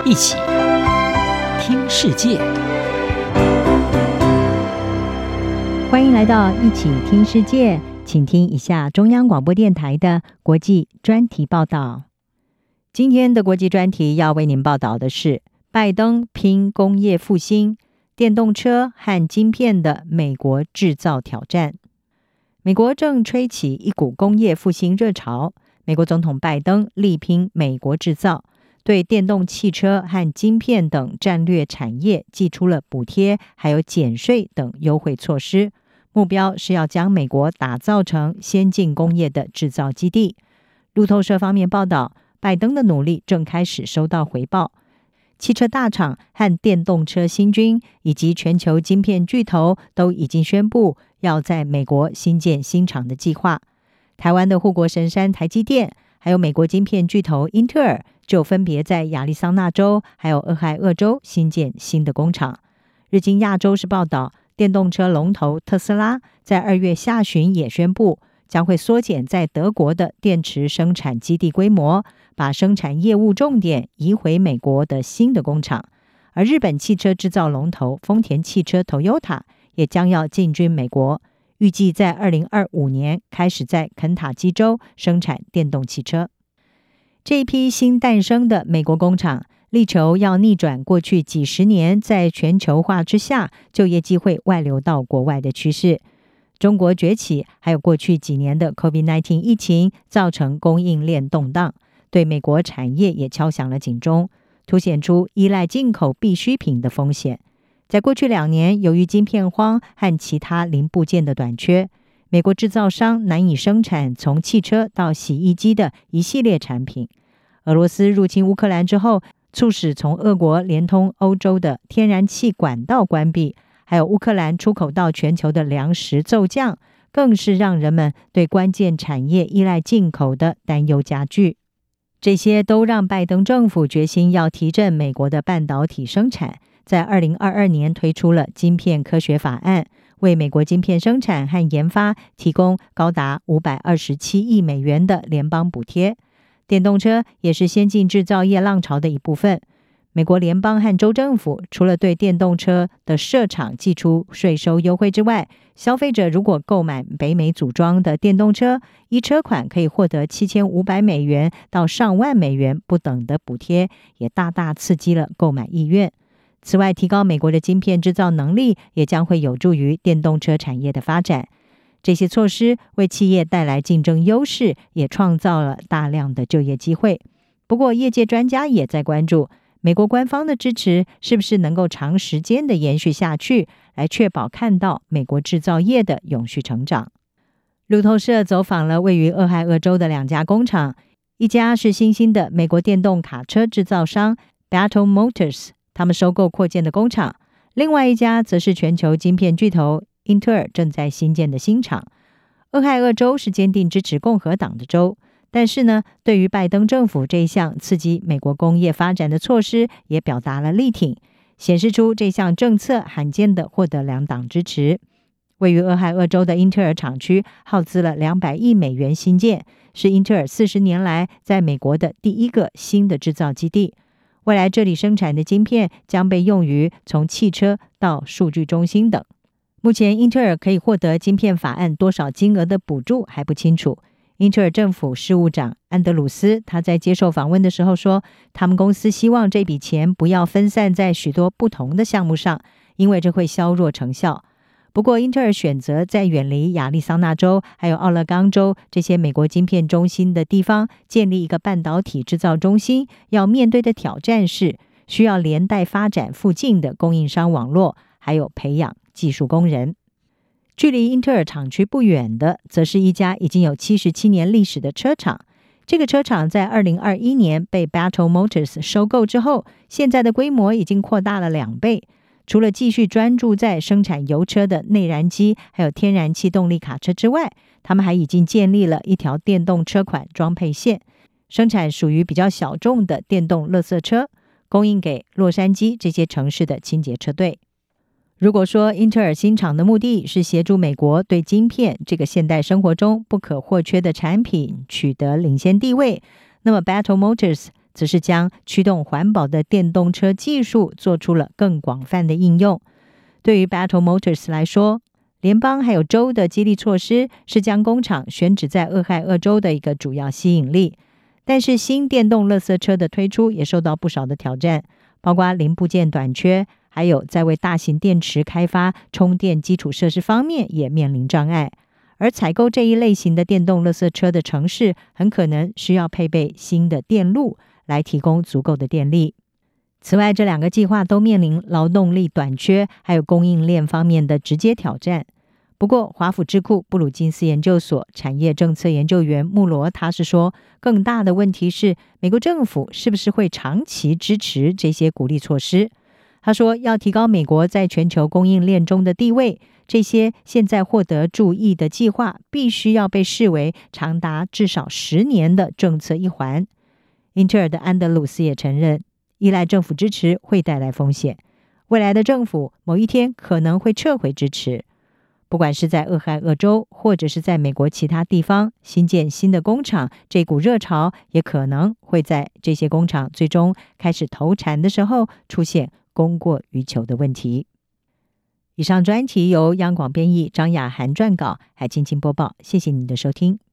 一起听世界。 欢迎来到一起听世界，请听一下中央广播电台的国际专题报道。今天的国际专题要为您报道的是拜登拼工业复兴，电动车和晶片的美国制造挑战。美国正吹起一股工业复兴热潮，美国总统拜登力拼美国制造，对电动汽车和晶片等战略产业祭出了补贴还有减税等优惠措施，目标是要将美国打造成先进工业的制造基地。路透社方面报道，拜登的努力正开始收到回报，汽车大厂和电动车新军以及全球晶片巨头都已经宣布要在美国新建新厂的计划。台湾的护国神山台积电还有美国晶片巨头英特尔就分别在亚利桑那州还有俄亥俄州新建新的工厂。日经亚洲是报道，电动车龙头特斯拉在2月下旬也宣布将会缩减在德国的电池生产基地规模，把生产业务重点移回美国的新的工厂。而日本汽车制造龙头丰田汽车 Toyota 也将要进军美国，预计在2025年开始在肯塔基州生产电动汽车。这一批新诞生的美国工厂力求要逆转过去几十年在全球化之下就业机会外流到国外的趋势。中国崛起还有过去几年的 COVID-19 疫情造成供应链动荡，对美国产业也敲响了警钟，凸显出依赖进口必需品的风险。在过去2年，由于晶片荒和其他零部件的短缺，美国制造商难以生产从汽车到洗衣机的一系列产品。俄罗斯入侵乌克兰之后，促使从俄国连通欧洲的天然气管道关闭，还有乌克兰出口到全球的粮食骤降，更是让人们对关键产业依赖进口的担忧加剧。这些都让拜登政府决心要提振美国的半导体生产，在2022年推出了晶片科学法案，为美国晶片生产和研发提供高达527亿美元的联邦补贴。电动车也是先进制造业浪潮的一部分。美国联邦和州政府除了对电动车的设厂寄出税收优惠之外，消费者如果购买北美组装的电动车，依车款可以获得7500美元到上万美元不等的补贴，也大大刺激了购买意愿。此外，提高美国的晶片制造能力也将会有助于电动车产业的发展。这些措施为企业带来竞争优势，也创造了大量的就业机会。不过，业界专家也在关注美国官方的支持是不是能够长时间的延续下去，来确保看到美国制造业的永续成长。路透社走访了位于俄亥俄州的2家工厂，一家是新兴的美国电动卡车制造商 Battle Motors， 他们收购扩建的工厂；另外一家则是全球晶片巨头英特尔正在新建的新厂。俄亥俄州是坚定支持共和党的州，但是呢，对于拜登政府这一项刺激美国工业发展的措施也表达了力挺，显示出这项政策罕见的获得2党支持。位于俄亥俄州的英特尔厂区耗资了200亿美元新建，是英特尔40年来在美国的第一个新的制造基地。未来这里生产的晶片将被用于从汽车到数据中心等。目前英特尔可以获得晶片法案多少金额的补助还不清楚。英特尔政府事务长安德鲁斯他在接受访问的时候说，他们公司希望这笔钱不要分散在许多不同的项目上，因为这会削弱成效。不过英特尔选择在远离亚利桑那州还有奥勒冈州这些美国晶片中心的地方建立一个半导体制造中心，要面对的挑战是需要连带发展附近的供应商网络，还有培养技术工人。距离英特尔厂区不远的则是一家已经有77年历史的车厂。这个车厂在2021年被 Battle Motors 收购之后，现在的规模已经扩大了2倍。除了继续专注在生产油车的内燃机还有天然气动力卡车之外，他们还已经建立了一条电动车款装配线，生产属于比较小众的电动垃圾车，供应给洛杉矶这些城市的清洁车队。如果说英特尔新厂的目的是协助美国对晶片这个现代生活中不可或缺的产品取得领先地位，那么 Battle Motors 则是将驱动环保的电动车技术做出了更广泛的应用。对于 Battle Motors 来说，联邦还有州的激励措施是将工厂选址在俄亥俄州的一个主要吸引力。但是新电动垃圾车的推出也受到不少的挑战，包括零部件短缺，还有在为大型电池开发充电基础设施方面也面临障碍。而采购这一类型的电动垃圾车的城市很可能需要配备新的电路来提供足够的电力。此外，这两个计划都面临劳动力短缺还有供应链方面的直接挑战。不过华府智库布鲁金斯研究所产业政策研究员穆罗他是说，更大的问题是美国政府是不是会长期支持这些鼓励措施。他说，要提高美国在全球供应链中的地位，这些现在获得注意的计划必须要被视为长达至少10年的政策一环。英特尔的安德鲁斯也承认，依赖政府支持会带来风险，未来的政府某一天可能会撤回支持。不管是在俄亥俄州或者是在美国其他地方新建新的工厂，这股热潮也可能会在这些工厂最终开始投产的时候出现供过于求的问题。以上专题由央广编译，张雅涵撰稿，海青青播报。谢谢您的收听。